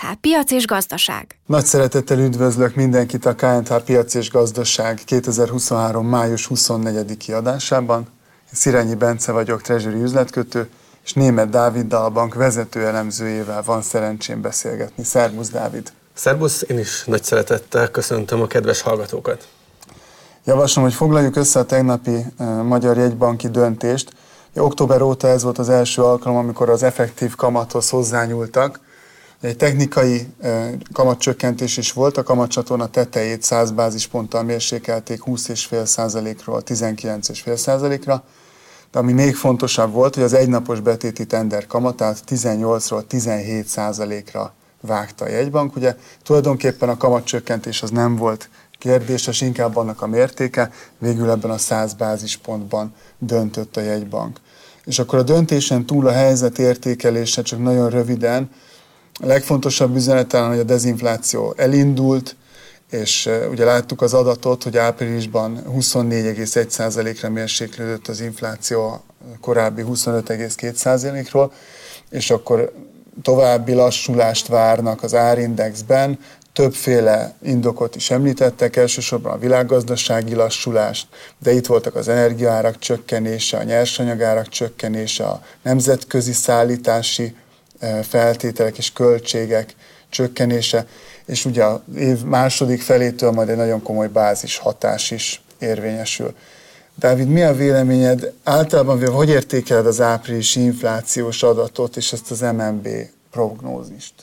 K&H Piac és Gazdaság. Nagy szeretettel üdvözlök mindenkit a K&H Piac és Gazdaság 2023. május 24-i adásában. Szirányi Bence vagyok, treasury üzletkötő, és Németh Dáviddal, a bank vezető elemzőjével van szerencsém beszélgetni. Szerbusz, Dávid! Szerbusz, én is nagy szeretettel köszöntöm a kedves hallgatókat. Javaslom, hogy foglaljuk össze a tegnapi magyar jegybanki döntést. Október óta ez volt az első alkalom, amikor az effektív kamathoz hozzányúltak. Egy technikai kamatcsökkentés is volt, a kamatcsatorna tetejét 100 bázisponttal mérsékelték 20,5%-ról 19,5%-ra, de ami még fontosabb volt, hogy az egynapos betéti tender kamatát 18-ról 17%-ra vágta a jegybank. Ugye tulajdonképpen a kamatcsökkentés az nem volt kérdéses, inkább annak a mértéke, végül ebben a 100 bázispontban döntött a jegybank. És akkor a döntésen túl a helyzet értékelése, csak nagyon röviden, a legfontosabb üzenet talán, hogy a dezinfláció elindult, és ugye láttuk az adatot, hogy áprilisban 24,1%-ra mérséklődött az infláció a korábbi 25,2%-ról, és akkor további lassulást várnak az árindexben. Többféle indokot is említettek, elsősorban a világgazdasági lassulást, de itt voltak az energiaárak csökkenése, a nyersanyagárak csökkenése, a nemzetközi szállítási feltételek és költségek csökkenése, és ugye az év második felétől majd egy nagyon komoly bázis hatás is érvényesül. Dávid, mi a véleményed? Általában hogy értékeled az áprilisi inflációs adatot és ezt az MNB prognózist?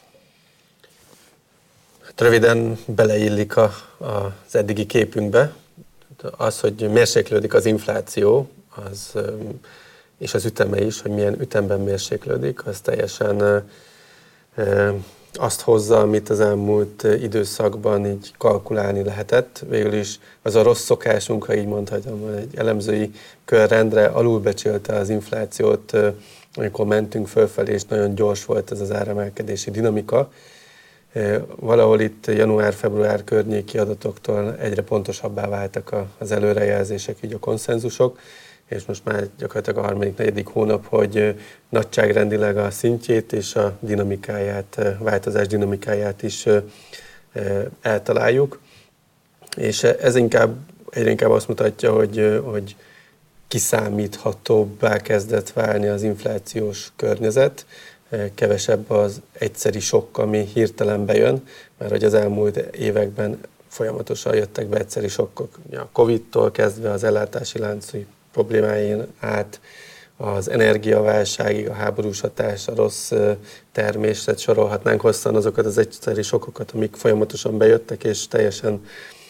Röviden beleillik az eddigi képünkbe. Az, hogy mérséklődik az infláció, és az üteme is, hogy milyen ütemben mérséklődik, az teljesen azt hozza, amit az elmúlt időszakban így kalkulálni lehetett. Végül is az a rossz szokásunk, ha így mondhatom, egy elemzői körrendre alulbecsülte az inflációt, amikor mentünk fölfelé, és nagyon gyors volt ez az áremelkedési dinamika. Valahol itt január-február környéki adatoktól egyre pontosabbá váltak az előrejelzések, így a konszenzusok, és most már gyakorlatilag a harmadik-negyedik hónap, hogy nagyságrendileg a szintjét és a dinamikáját, változás dinamikáját is eltaláljuk. És ez egyre inkább azt mutatja, hogy kiszámíthatóbbá kezdett válni az inflációs környezet, kevesebb az egyszeri sokk, ami hirtelen bejön, mert hogy az elmúlt években folyamatosan jöttek be egyszeri sokkok, a Covid-tól kezdve az ellátási lánci problémáin át, az energiaválságig, a háborús hatás, a rossz termés, tehát sorolhatnánk hosszan azokat az egyszeri sokkokat, amik folyamatosan bejöttek, és teljesen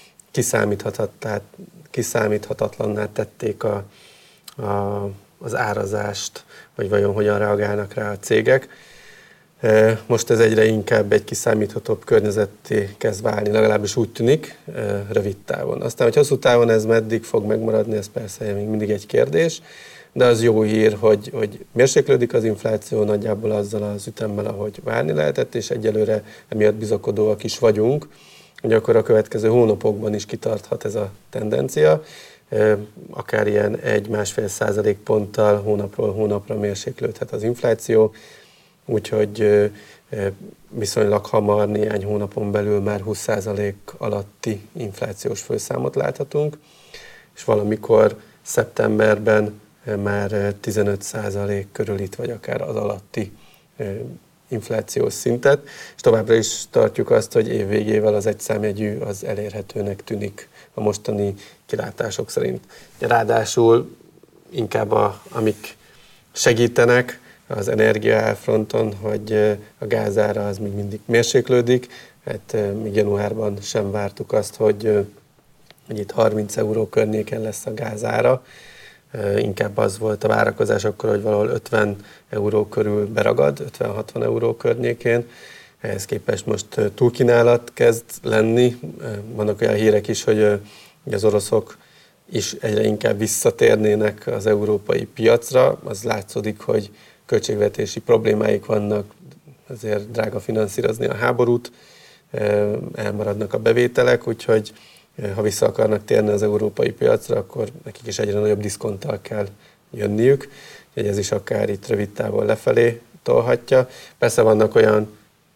kiszámíthatatlanná tették az árazást, vagy vajon hogyan reagálnak rá a cégek. Most ez egyre inkább egy kiszámíthatóbb környezetté kezd válni, legalábbis úgy tűnik, rövid távon. Aztán, hogy hosszú távon ez meddig fog megmaradni, ez persze még mindig egy kérdés, de az jó hír, hogy mérséklődik az infláció nagyjából azzal az ütemmel, ahogy várni lehetett, és egyelőre emiatt bizakodóak is vagyunk, hogy akkor a következő hónapokban is kitarthat ez a tendencia, akár ilyen 1-1,5% ponttal hónapról hónapra mérséklődhet az infláció, úgyhogy viszonylag hamar, néhány hónapon belül már 20% alatti inflációs főszámot láthatunk, és valamikor szeptemberben már 15% körül itt, vagy akár az alatti inflációs szintet, és továbbra is tartjuk azt, hogy év végével az egyszámjegyű az elérhetőnek tűnik a mostani kilátások szerint. Ráadásul inkább amik segítenek az energiaárfronton, hogy a gázára az még mindig mérséklődik, hát még januárban sem vártuk azt, hogy itt 30 euró környéken lesz a gázára. Inkább az volt a várakozás akkor, hogy valahol 50 euró körül beragad, 50-60 euró környékén. Ehhez képest most túlkínálat kezd lenni. Vannak olyan hírek is, hogy az oroszok is egyre inkább visszatérnének az európai piacra. Az látszódik, hogy költségvetési problémáik vannak, azért drága finanszírozni a háborút, elmaradnak a bevételek, úgyhogy ha vissza akarnak térni az európai piacra, akkor nekik is egyre nagyobb diszkonttal kell jönniük, úgyhogy ez is akár itt rövid távon lefelé tolhatja. Persze vannak olyan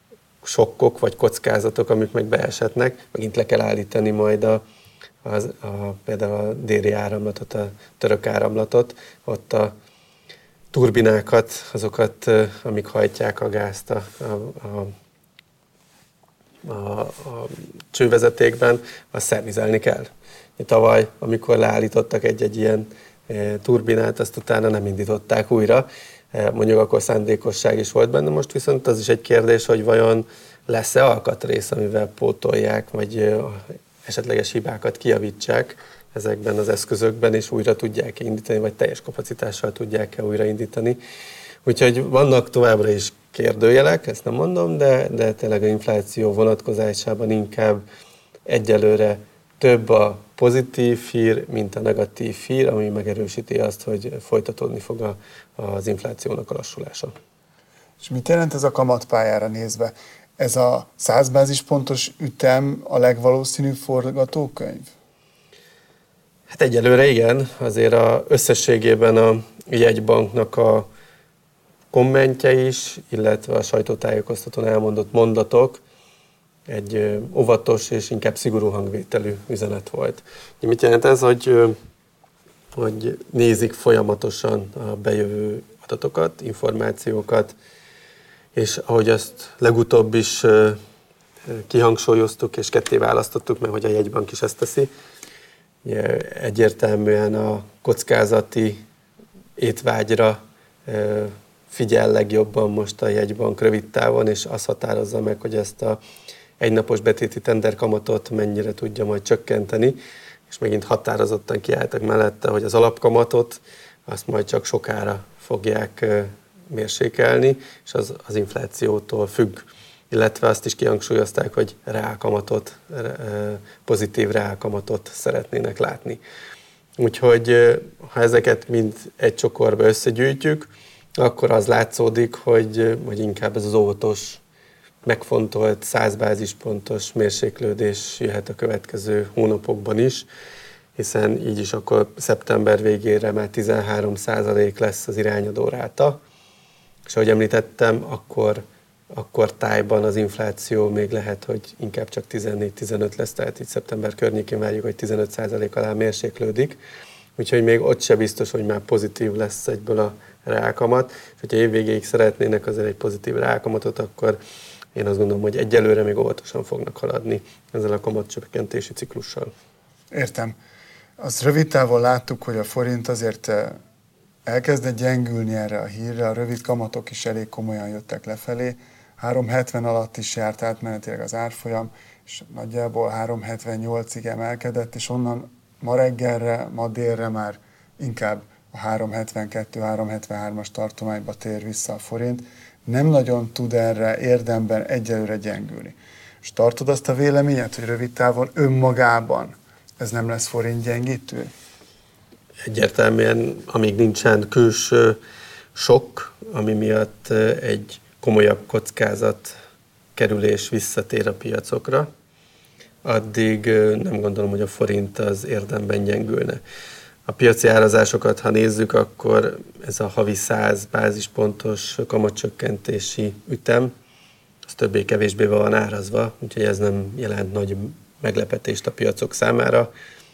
sokkok vagy kockázatok, amik meg beeshetnek, megint le kell állítani majd például a déli áramlatot, a török áramlatot, ott a turbinákat, azokat, amik hajtják a gázt a csővezetékben, azt szervizelni kell. Tavaly, amikor leállítottak egy ilyen turbinát, azt utána nem indították újra. Mondjuk akkor szándékosság is volt benne, most viszont az is egy kérdés, hogy vajon lesz-e alkatrész, amivel pótolják, vagy esetleges hibákat kijavítsák ezekben az eszközökben, és újra tudják indítani, vagy teljes kapacitással tudják-e újraindítani. Úgyhogy vannak továbbra is kérdőjelek, ezt nem mondom, de tényleg az infláció vonatkozásában inkább egyelőre több a pozitív hír, mint a negatív hír, ami megerősíti azt, hogy folytatódni fog az inflációnak a lassulása. És mit jelent ez a kamatpályára nézve? Ez a 100 bázispontos ütem a legvalószínűbb forgatókönyv? Hát egyelőre igen, azért összességében a jegybanknak a kommentje is, illetve a sajtótájékoztatón elmondott mondatok egy óvatos és inkább szigorú hangvételű üzenet volt. Mit jelent ez, hogy nézik folyamatosan a bejövő adatokat, információkat, és ahogy azt legutóbb is kihangsúlyoztuk és ketté választottuk, mert hogy a jegybank is ezt teszi, egyértelműen a kockázati étvágyra figyel legjobban most a jegybank rövid távon, és azt határozza meg, hogy ezt a egynapos betéti tenderkamatot mennyire tudja majd csökkenteni, és megint határozottan kiálltak mellette, hogy az alapkamatot azt majd csak sokára fogják mérsékelni, és az inflációtól függ. Illetve azt is kihangsúlyozták, hogy reálkamatot, pozitív reálkamatot szeretnének látni. Úgyhogy ha ezeket mind egy csokorba összegyűjtjük, akkor az látszódik, hogy inkább ez az óvatos, megfontolt 100 bázispontos mérséklődés jöhet a következő hónapokban is, hiszen így is akkor szeptember végére már 13% lesz az irányadó ráta, és ahogy említettem, akkor tájban az infláció még lehet, hogy inkább csak 14-15 lesz, tehát így szeptember környékén várjuk, hogy 15% alá mérséklődik, úgyhogy még ott se biztos, hogy már pozitív lesz egyből a reálkamat, és hogyha évvégéig szeretnének azért egy pozitív reálkamatot, akkor én azt gondolom, hogy egyelőre még óvatosan fognak haladni ezzel a kamatcsökkentési ciklussal. Értem. Azt rövid távon láttuk, hogy a forint azért elkezdett gyengülni erre a hírre, a rövid kamatok is elég komolyan jöttek lefelé, 3,70 alatt is járt átmenetileg az árfolyam, és nagyjából 3,78-ig emelkedett, és onnan ma reggelre, ma délre már inkább a 3,72-3,73-as tartományba tér vissza a forint. Nem nagyon tud erre érdemben egyelőre gyengülni. És tartod azt a véleményet, hogy rövid távon önmagában ez nem lesz forint gyengítő? Egyértelműen, amíg nincsen külső sok, ami miatt egy komolyabb kockázat kerülés visszatér a piacokra, addig nem gondolom, hogy a forint az érdemben gyengülne. A piaci árazásokat, ha nézzük, akkor ez a havi 100 bázispontos kamatcsökkentési ütem, az többé-kevésbé van árazva, úgyhogy ez nem jelent nagy meglepetést a piacok számára.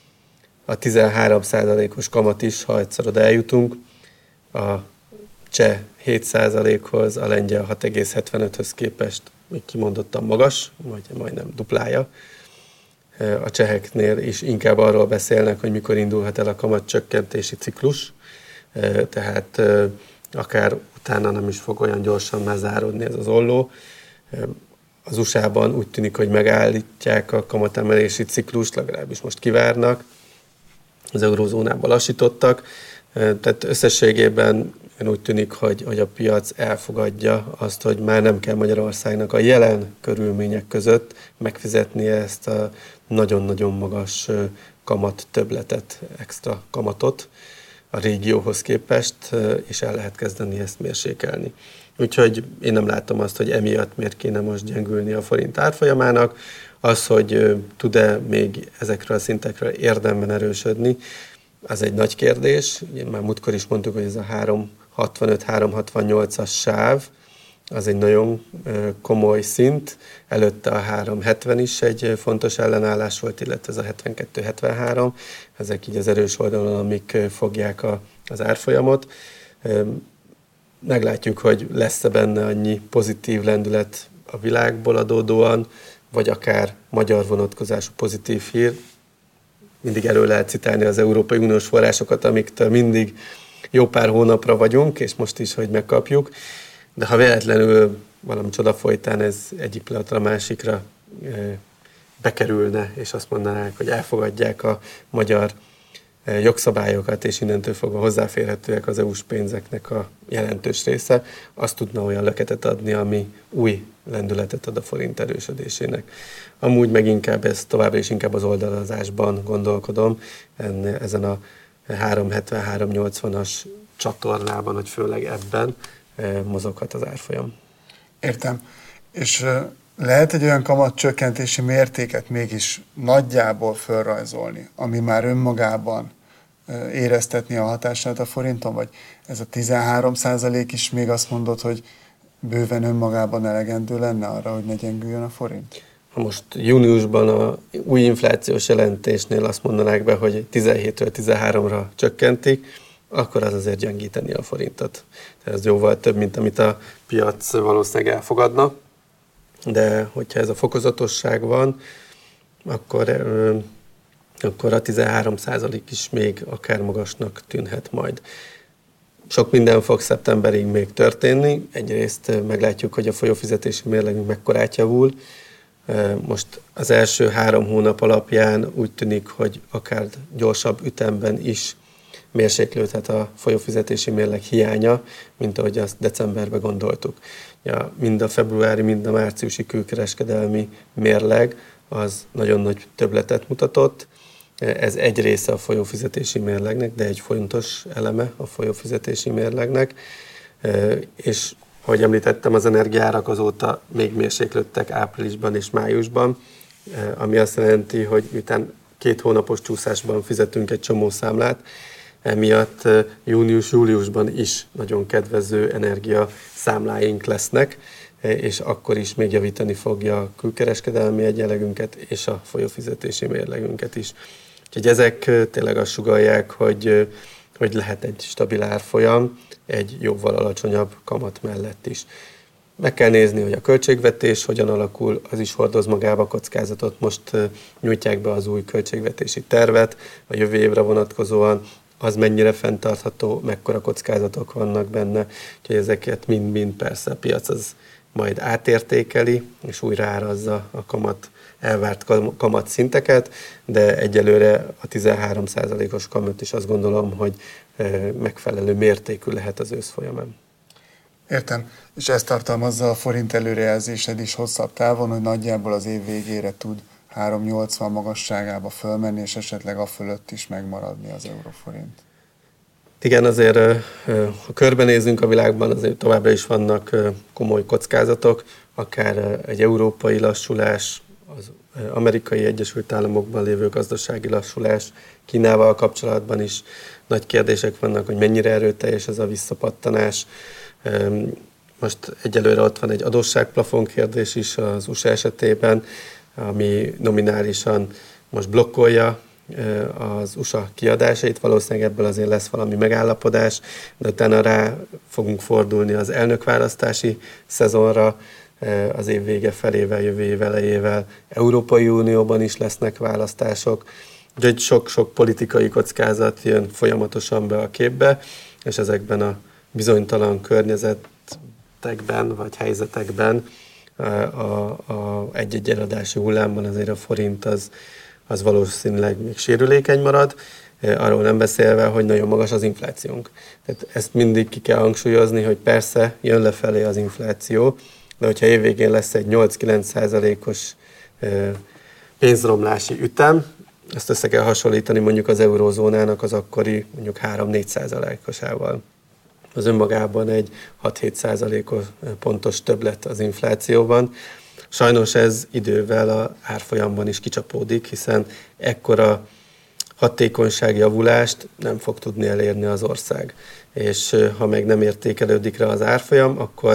A 13%-os kamat is, ha egyszer oda eljutunk, a cseh 7%-hoz, a lengyel 6,75-höz képest még kimondottan magas, vagy majdnem duplája. A cseheknél is inkább arról beszélnek, hogy mikor indulhat el a kamatcsökkentési ciklus, tehát akár utána nem is fog olyan gyorsan lezáródni ez az olló. Az USA-ban úgy tűnik, hogy megállítják a kamatemelési ciklust, legalábbis most kivárnak, az eurózónában lassítottak, tehát összességében úgy tűnik, hogy a piac elfogadja azt, hogy már nem kell Magyarországnak a jelen körülmények között megfizetnie ezt a nagyon-nagyon magas kamat többletet, extra kamatot a régióhoz képest, és el lehet kezdeni ezt mérsékelni. Úgyhogy én nem látom azt, hogy emiatt miért kéne most gyengülni a forint árfolyamának. Az, hogy tud-e még ezekről a szintekről érdemben erősödni, az egy nagy kérdés. Ugye már múltkor is mondtuk, hogy ez a 3,65-3,68-as sáv, az egy nagyon komoly szint. Előtte a 3,70 is egy fontos ellenállás volt, illetve ez a 72-73. Ezek így az erős oldalon, amik fogják az árfolyamot. Meglátjuk, hogy lesz-e benne annyi pozitív lendület a világból adódóan, vagy akár magyar vonatkozású pozitív hír. Mindig elő lehet citálni az Európai Uniós forrásokat, amiktől mindig jó pár hónapra vagyunk, és most is, hogy megkapjuk. De ha véletlenül valami csoda folytán ez egyik pillanatra a másikra bekerülne, és azt mondanák, hogy elfogadják a magyar jogszabályokat, és innentől fogva hozzáférhetőek az EU-s pénzeknek a jelentős része, azt tudna olyan löketet adni, ami új lendületet ad a forint erősödésének. Amúgy meg inkább ez továbbra is inkább az oldalazásban gondolkodom, ezen a 3,70-3,80-as csatornában, hogy főleg ebben mozoghat az árfolyam. Értem. És lehet egy olyan kamatcsökkentési mértéket mégis nagyjából fölrajzolni, ami már önmagában éreztetni a hatását a forinton, vagy ez a 13% is még azt mondod, hogy bőven önmagában elegendő lenne arra, hogy ne gyengüljön a forint? Ha most júniusban a új inflációs jelentésnél azt mondanák be, hogy 17-ről 13-ra csökkentik, akkor az azért gyengíteni a forintot. Ez jóval több, mint amit a piac valószínűleg elfogadna. De hogyha ez a fokozatosság van, akkor a 13% is még akár magasnak tűnhet majd. Sok minden fog szeptemberig még történni. Egyrészt meglátjuk, hogy a folyófizetési mérlegünk mekkorát javul. Most az első 3 hónap alapján úgy tűnik, hogy akár gyorsabb ütemben is mérséklődhet a folyófizetési mérleg hiánya, mint ahogy azt decemberben gondoltuk. Ja, mind a februári, mind a márciusi külkereskedelmi mérleg az nagyon nagy többletet mutatott. Ez egy része a folyófizetési mérlegnek, de egy fontos eleme a folyófizetési mérlegnek. És ahogy említettem, az energiaárak azóta még mérséklődtek áprilisban és májusban, ami azt jelenti, hogy miután 2 hónapos csúszásban fizetünk egy csomó számlát, emiatt június-júliusban is nagyon kedvező energia számláink lesznek, és akkor is még javítani fogja a külkereskedelmi egyenlegünket és a folyófizetési mérlegünket is. Úgyhogy ezek tényleg azt sugallják, hogy lehet egy stabil árfolyam egy jóval alacsonyabb kamat mellett is. Meg kell nézni, hogy a költségvetés hogyan alakul, az is hordoz magába kockázatot. Most nyújtják be az új költségvetési tervet a jövő évre vonatkozóan, az mennyire fenntartható, mekkora kockázatok vannak benne, úgyhogy ezeket mind-mind persze a piac az majd átértékeli, és újra árazza a elvárt kamatszinteket, de egyelőre a 13%-os kamat is azt gondolom, hogy megfelelő mértékű lehet az ősz folyamán. Értem, és ezt tartalmazza a forint előrejelzésed is hosszabb távon, hogy nagyjából az év végére tud 3,80 magasságába fölmenni, és esetleg a fölött is megmaradni az euróforint. Igen, azért ha körbenézünk a világban, azért továbbra is vannak komoly kockázatok, akár egy európai lassulás, az Amerikai Egyesült Államokban lévő gazdasági lassulás, Kínával kapcsolatban is nagy kérdések vannak, hogy mennyire erőteljes ez a visszapattanás. Most egyelőre ott van egy adósságplafon kérdés is az USA esetében, ami nominálisan most blokkolja az USA kiadásait, valószínűleg ebből azért lesz valami megállapodás, de utána rá fogunk fordulni az elnökválasztási szezonra, az év vége felével, jövő év elejével Európai Unióban is lesznek választások, úgyhogy sok-sok politikai kockázat jön folyamatosan be a képbe, és ezekben a bizonytalan környezetekben vagy helyzetekben a egy-egy eladási hullámban azért a forint az valószínűleg még sérülékeny marad, arról nem beszélve, hogy nagyon magas az inflációnk. Tehát ezt mindig ki kell hangsúlyozni, hogy persze jön lefelé az infláció, de hogyha évvégén lesz egy 8-9%-os pénzromlási ütem, ezt össze kell hasonlítani mondjuk az eurózónának az akkori mondjuk 3-4%-osával. Az önmagában egy 6-7%-os pontos többlet az inflációban. Sajnos ez idővel az árfolyamban is kicsapódik, hiszen ekkora hatékonyságjavulást nem fog tudni elérni az ország. És ha meg nem értékelődik rá az árfolyam, akkor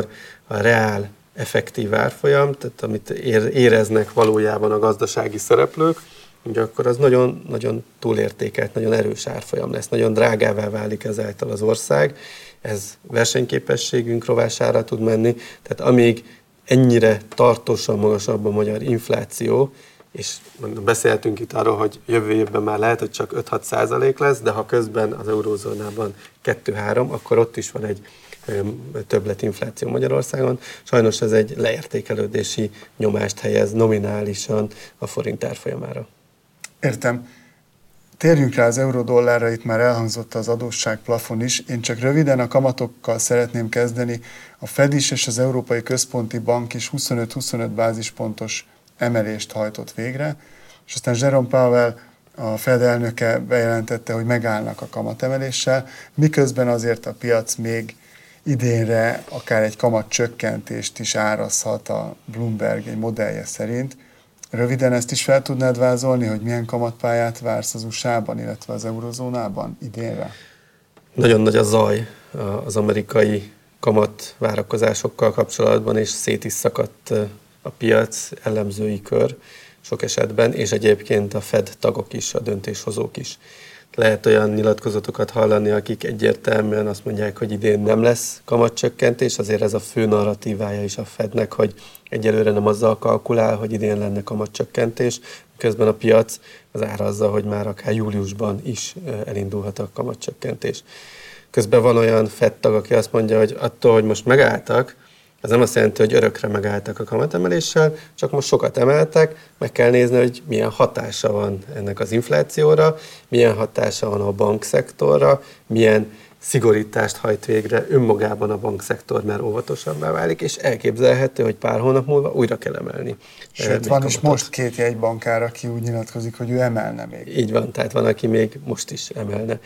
a reál effektív árfolyam, tehát amit éreznek valójában a gazdasági szereplők, ugye akkor az nagyon, nagyon túlértékelt, nagyon erős árfolyam lesz, nagyon drágává válik ezáltal az ország, ez versenyképességünk rovására tud menni, tehát amíg ennyire tartósan magasabb a magyar infláció, és beszéltünk itt arról, hogy jövő évben már lehet, hogy csak 5-6% lesz, de ha közben az eurózónában 2-3, akkor ott is van egy többletinfláció Magyarországon. Sajnos ez egy leértékelődési nyomást helyez nominálisan a forint árfolyamára. Értem. Térjünk rá az euró-dollárra, itt már elhangzott az adósságplafon is. Én csak röviden a kamatokkal szeretném kezdeni. A Fed is és az Európai Központi Bank is 25-25 bázispontos emelést hajtott végre, és aztán Jerome Powell, a Fed elnöke bejelentette, hogy megállnak a kamatemeléssel, miközben azért a piac még idénre akár egy kamatcsökkentést is árazhat a Bloomberg egy modellje szerint. Röviden ezt is fel tudnád vázolni, hogy milyen kamatpályát vársz az USA-ban, illetve az eurozónában idénre? Nagyon nagy a zaj az amerikai kamat várakozásokkal kapcsolatban, és szét is szakadt a piac, elemzői kör sok esetben, és egyébként a Fed tagok is, a döntéshozók is. Lehet olyan nyilatkozatokat hallani, akik egyértelműen azt mondják, hogy idén nem lesz kamatcsökkentés, azért ez a fő narratívája is a Fednek, hogy egyelőre nem azzal kalkulál, hogy idén lenne kamatcsökkentés, közben a piac az árazza, hogy már akár júliusban is elindulhat a kamatcsökkentés. Közben van olyan Fed tag, aki azt mondja, hogy attól, hogy most megálltak, ez nem azt jelenti, hogy örökre megálltak a kamatemeléssel, csak most sokat emeltek, meg kell nézni, hogy milyen hatása van ennek az inflációra, milyen hatása van a bankszektorra, milyen szigorítást hajt végre önmagában a bankszektor, mert óvatosabbá válik, és elképzelhető, hogy pár hónap múlva újra kell emelni. Sőt, van is most 2 jegybankár, aki úgy nyilatkozik, hogy ő emelne még. Így van, tehát van, aki még most is emelne.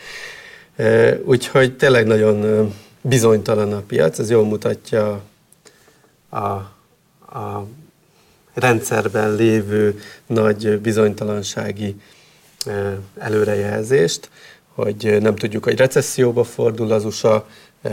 Úgyhogy tényleg nagyon bizonytalan a piac, ez jól mutatja a rendszerben lévő nagy bizonytalansági előrejelzést, hogy nem tudjuk, hogy recesszióba fordul az USA,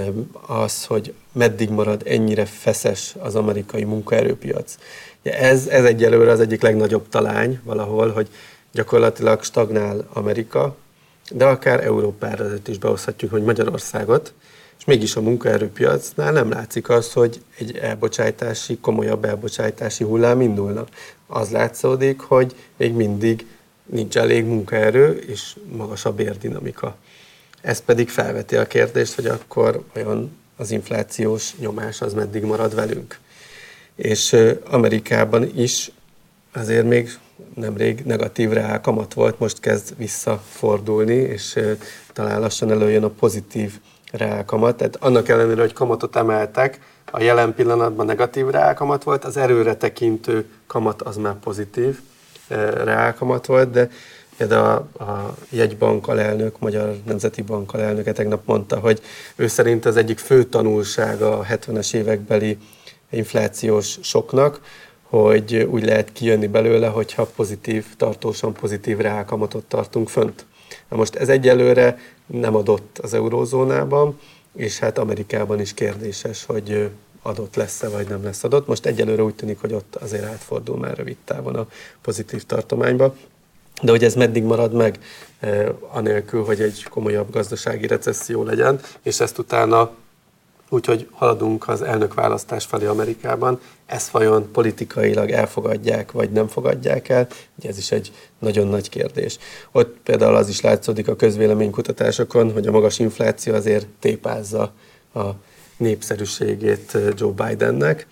az, hogy meddig marad ennyire feszes az amerikai munkaerőpiac. Ez egyelőre az egyik legnagyobb talány valahol, hogy gyakorlatilag stagnál Amerika, de akár Európára is behozhatjuk, hogy Magyarországot, és mégis a munkaerőpiacnál nem látszik az, hogy egy komolyabb elbocsátási hullám indulna. Az látszódik, hogy még mindig nincs elég munkaerő és magas a bérdinamika. Ez pedig felveti a kérdést, hogy akkor vajon az inflációs nyomás az meddig marad velünk. És Amerikában is azért még nemrég negatív reálkamat volt, most kezd visszafordulni, és talán lassan előjön a pozitív reálkamat. Tehát annak ellenére, hogy kamatot emeltek, a jelen pillanatban negatív reálkamat volt, az erőre tekintő kamat az már pozitív reálkamat volt, de a jegybank alelnök, Magyar Nemzeti Bank alelnöke tegnap mondta, hogy ő szerint az egyik fő tanulsága a 70-es évekbeli inflációs soknak, hogy úgy lehet kijönni belőle, hogyha tartósan pozitív reálkamatot tartunk fönt. Na most ez egyelőre nem adott az eurózónában, és hát Amerikában is kérdéses, hogy adott lesz-e, vagy nem lesz adott. Most egyelőre úgy tűnik, hogy ott azért átfordul már rövid távon a pozitív tartományba. De hogy ez meddig marad meg, anélkül, hogy egy komolyabb gazdasági recesszió legyen, és ezt utána úgyhogy haladunk az elnökválasztás felé Amerikában, ezt vajon politikailag elfogadják, vagy nem fogadják el, ugye ez is egy nagyon nagy kérdés. Ott például az is látszódik a közvéleménykutatásokon, hogy a magas infláció azért tépázza a népszerűségét Joe Bidennek,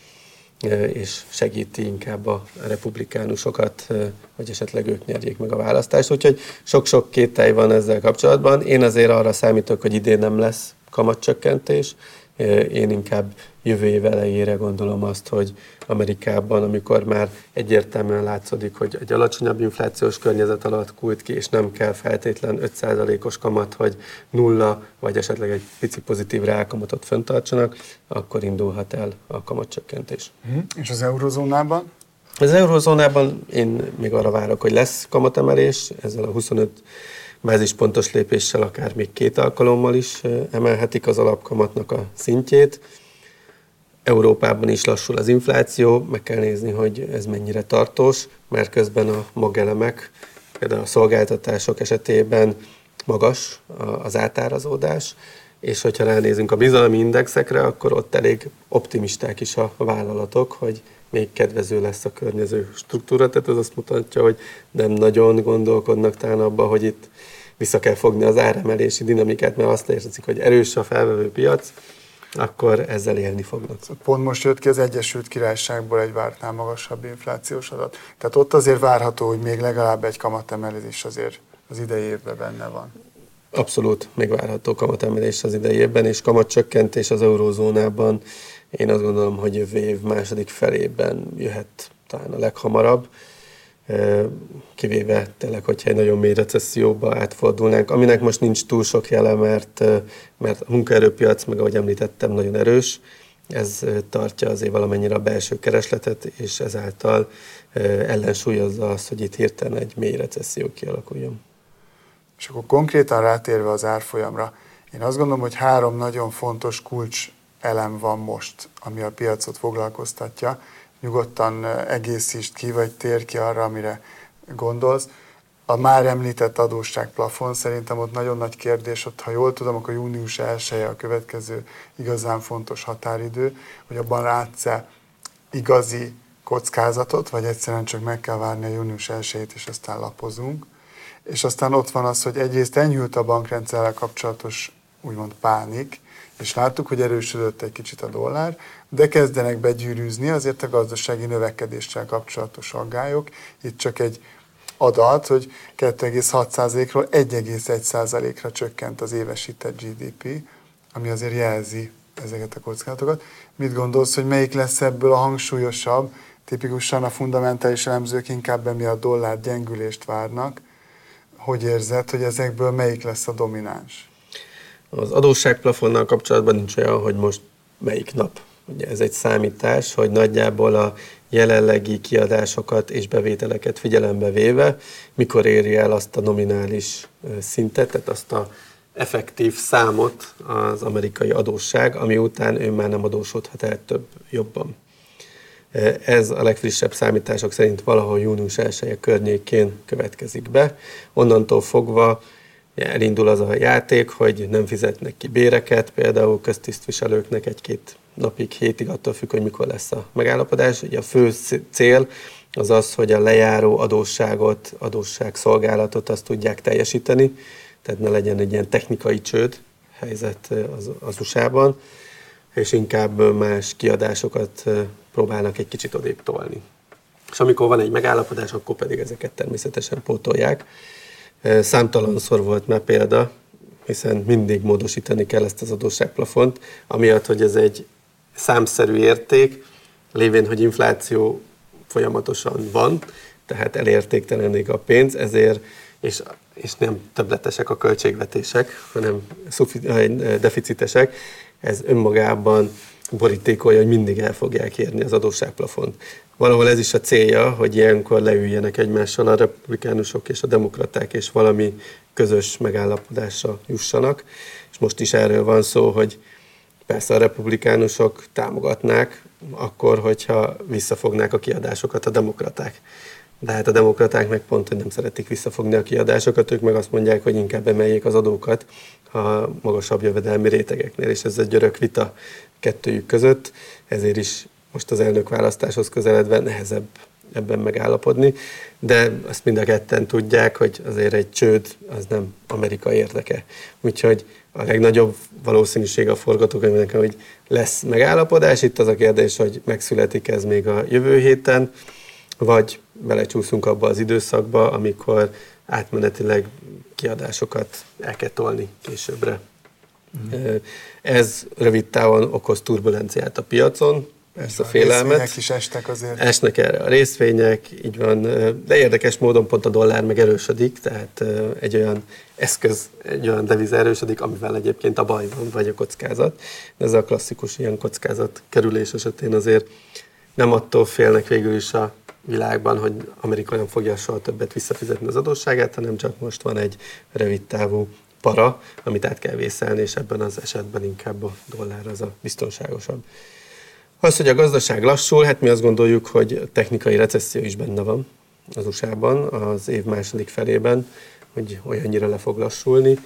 és segíti inkább a republikánusokat, hogy esetleg ők nyerjék meg a választást. Úgyhogy sok-sok kételj van ezzel kapcsolatban. Én azért arra számítok, hogy idén nem lesz kamatcsökkentés. Én inkább jövő év elejére gondolom azt, hogy Amerikában, amikor már egyértelműen látszódik, hogy egy alacsonyabb inflációs környezet alakult ki, és nem kell feltétlen 5%-os kamat, hogy 0, vagy esetleg egy pici pozitív reálkamatot fenntartsanak, akkor indulhat el a kamatcsökkentés. És az eurozónában? Az eurozónában én még arra várok, hogy lesz kamatemelés, ezzel a 25 bázispontos lépéssel akár még 2 alkalommal is emelhetik az alapkamatnak a szintjét. Európában is lassul az infláció, meg kell nézni, hogy ez mennyire tartós, mert közben a magelemek, például a szolgáltatások esetében magas az átárazódás, és hogyha ránézünk a bizalmi indexekre, akkor ott elég optimisták is a vállalatok, hogy még kedvező lesz a környező struktúra, tehát ez azt mutatja, hogy nem nagyon gondolkodnak talán abban, hogy itt vissza kell fogni az áremelési dinamikát, mert azt érzik, hogy erős a felvevő piac, akkor ezzel élni fognak. Pont most jött ki az Egyesült Királyságból egy vártnál magasabb inflációs adat. Tehát ott azért várható, hogy még legalább egy kamatemelés azért az idei évben benne van. Abszolút még várható kamatemelés az idei évben, és kamatcsökkentés az eurózónában. Én azt gondolom, hogy jövő év második felében jöhet talán a leghamarabb, kivéve tényleg, hogyha egy nagyon mély recesszióba átfordulnánk, aminek most nincs túl sok jele, mert a munkaerőpiac, meg ahogy említettem, nagyon erős. Ez tartja azért valamennyire a belső keresletet, és ezáltal ellensúlyozza azt, hogy itt hirtelen egy mély recesszió kialakuljon. És akkor konkrétan rátérve az árfolyamra, én azt gondolom, hogy 3 nagyon fontos kulcs elem van most, ami a piacot foglalkoztatja. Nyugodtan egészítsd ki, vagy tér ki arra, amire gondolsz. A már említett adósságplafon, szerintem ott nagyon nagy kérdés, ott ha jól tudom, akkor június 1-e a következő igazán fontos határidő, hogy abban látsz-e igazi kockázatot, vagy egyszerűen csak meg kell várni a június 1-ét, és aztán lapozunk. És aztán ott van az, hogy egyrészt enyhült a bankrendszerrel kapcsolatos úgymond pánik, és láttuk, hogy erősödött egy kicsit a dollár, de kezdenek begyűrűzni azért a gazdasági növekedéssel kapcsolatos aggályok. Itt csak egy adat, hogy 2,6%-ról 1,1%-ra csökkent az évesített GDP, ami azért jelzi ezeket a kockázatokat. Mit gondolsz, hogy melyik lesz ebből a hangsúlyosabb? Tipikusan a fundamentális elemzők inkább emiatt dollár gyengülést várnak. Hogy érzed, hogy ezekből melyik lesz a domináns? Az adósságplafonnal kapcsolatban nincs olyan, hogy most melyik nap. Ugye ez egy számítás, hogy nagyjából a jelenlegi kiadásokat és bevételeket figyelembe véve, mikor éri el azt a nominális szintet, tehát azt a effektív számot az amerikai adósság, ami után ő már nem adósodhat el jobban. Ez a legfrissebb számítások szerint valahol június 1 környékén következik be. Onnantól fogva elindul az a játék, hogy nem fizetnek ki béreket, például köztisztviselőknek 1-2 napig, hétig, attól függ, hogy mikor lesz a megállapodás. Ugye a fő cél az az, hogy a lejáró adósságszolgálatot azt tudják teljesíteni, tehát ne legyen egy ilyen technikai csőd helyzet az USA-ban, és inkább más kiadásokat próbálnak egy kicsit odébb tolni. És amikor van egy megállapodás, akkor pedig ezeket természetesen pótolják. Számtalanszor volt már példa, hiszen mindig módosítani kell ezt az adósságplafont, amiatt, hogy ez egy számszerű érték, lévén, hogy infláció folyamatosan van, tehát elértéktelenik a pénz, ezért, és nem többletesek a költségvetések, hanem deficitesek, ez önmagában borítékolja, hogy mindig el fogják érni az adósságplafont. Valahol ez is a célja, hogy ilyenkor leüljenek egymással a republikánusok és a demokraták, és valami közös megállapodásra jussanak. És most is erről van szó, hogy persze a republikánusok támogatnák, akkor, hogyha visszafognák a kiadásokat a demokraták. De hát a demokraták meg pont, hogy nem szeretik visszafogni a kiadásokat, ők meg azt mondják, hogy inkább emeljék az adókat a magasabb jövedelmi rétegeknél, és ez egy örök vita kettőjük között, ezért is most az elnökválasztáshoz közeledve nehezebb ebben megállapodni, de azt mind a ketten tudják, hogy azért egy csőd az nem Amerika érdeke. Úgyhogy a legnagyobb valószínűség a forgatókönyvnek, hogy lesz megállapodás. Itt az a kérdés, hogy megszületik ez még a jövő héten, vagy belecsúszunk abba az időszakba, amikor átmenetileg kiadásokat el kell tolni későbbre. Ez rövid távon okoz turbulenciát a piacon, persze a félelmet. Részvények is estek azért. Esnek erre a részvények, így van, de érdekes módon pont a dollár meg erősödik, tehát egy olyan eszköz, egy olyan deviza erősödik, amivel egyébként a baj van, vagy a kockázat. Ez a klasszikus ilyen kockázat kerülés esetén azért nem attól félnek végül is a világban, hogy Amerika nem fogja soha többet visszafizetni az adósságát, hanem csak most van egy rövid távú para, amit át kell vészelni, és ebben az esetben inkább a dollár az a biztonságosabb. Az, hogy a gazdaság lassul, hát mi azt gondoljuk, hogy technikai recesszió is benne van az USA-ban az év második felében, hogy olyannyira le fog lassulni,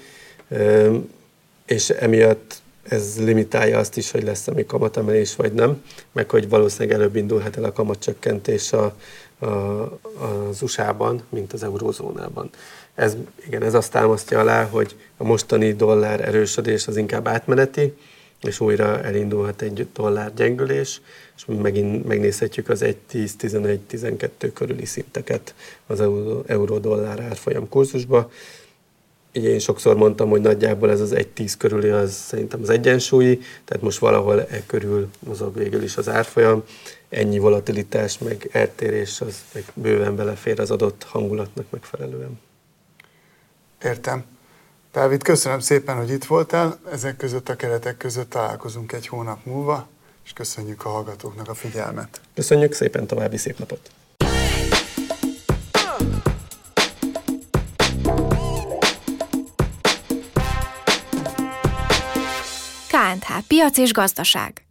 és emiatt ez limitálja azt is, hogy lesz még kamatemelés vagy nem, meg hogy valószínűleg előbb indulhat el a kamatcsökkentés az USA-ban, mint az eurózónában. Ez azt támasztja alá, hogy a mostani dollár erősödés az inkább átmeneti, és újra elindulhat egy dollár gyengülés, és megint megnézhetjük az 1,10, 11, 12 körüli szinteket az euró-dollár árfolyam kurzusba. Ugye én sokszor mondtam, hogy nagyjából ez az 1,10 körüli az szerintem az egyensúlyi, tehát most valahol körül mozog végül is az árfolyam. Ennyi volatilitás, meg eltérés az meg bőven belefér az adott hangulatnak megfelelően. Értem. Dávid, köszönöm szépen, hogy itt voltál. Ezek között a keretek között találkozunk egy hónap múlva, és köszönjük a hallgatóknak a figyelmet. Köszönjük szépen, további szép napot! K&H Piac és gazdaság.